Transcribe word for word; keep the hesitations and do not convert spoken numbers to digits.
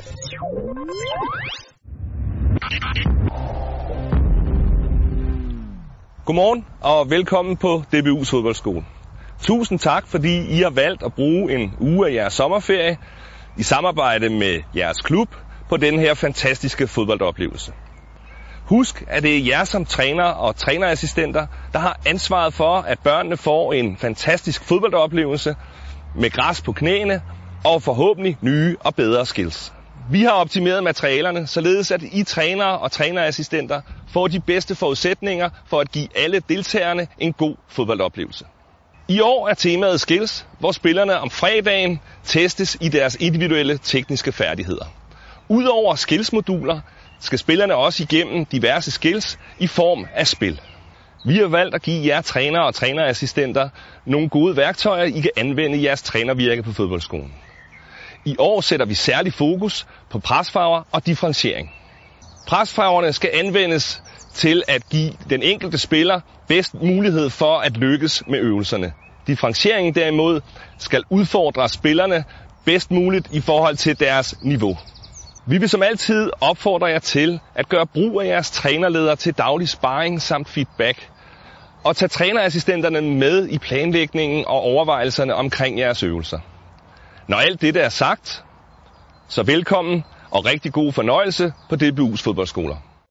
Godmorgen og velkommen på D B U's fodboldskole. Tusind tak, fordi I har valgt at bruge en uge af jeres sommerferie i samarbejde med jeres klub på den her fantastiske fodboldoplevelse. Husk, at det er jer som træner og trænerassistenter, der har ansvaret for, at børnene får en fantastisk fodboldoplevelse med græs på knæene og forhåbentlig nye og bedre skills. Vi har optimeret materialerne, således at I trænere og trænerassistenter får de bedste forudsætninger for at give alle deltagerne en god fodboldoplevelse. I år er temaet skills, hvor spillerne om fredagen testes i deres individuelle tekniske færdigheder. Udover skillsmoduler skal spillerne også igennem diverse skills i form af spil. Vi har valgt at give jer trænere og trænerassistenter nogle gode værktøjer, I kan anvende i jeres trænervirke på fodboldskolen. I år sætter vi særlig fokus på presfarver og differentiering. Presfarverne skal anvendes til at give den enkelte spiller bedst mulighed for at lykkes med øvelserne. Differentieringen derimod skal udfordre spillerne bedst muligt i forhold til deres niveau. Vi vil som altid opfordre jer til at gøre brug af jeres trænerledere til daglig sparring samt feedback, og tage trænerassistenterne med i planlægningen og overvejelserne omkring jeres øvelser. Når alt dette er sagt, så velkommen og rigtig god fornøjelse på D B U's fodboldskoler.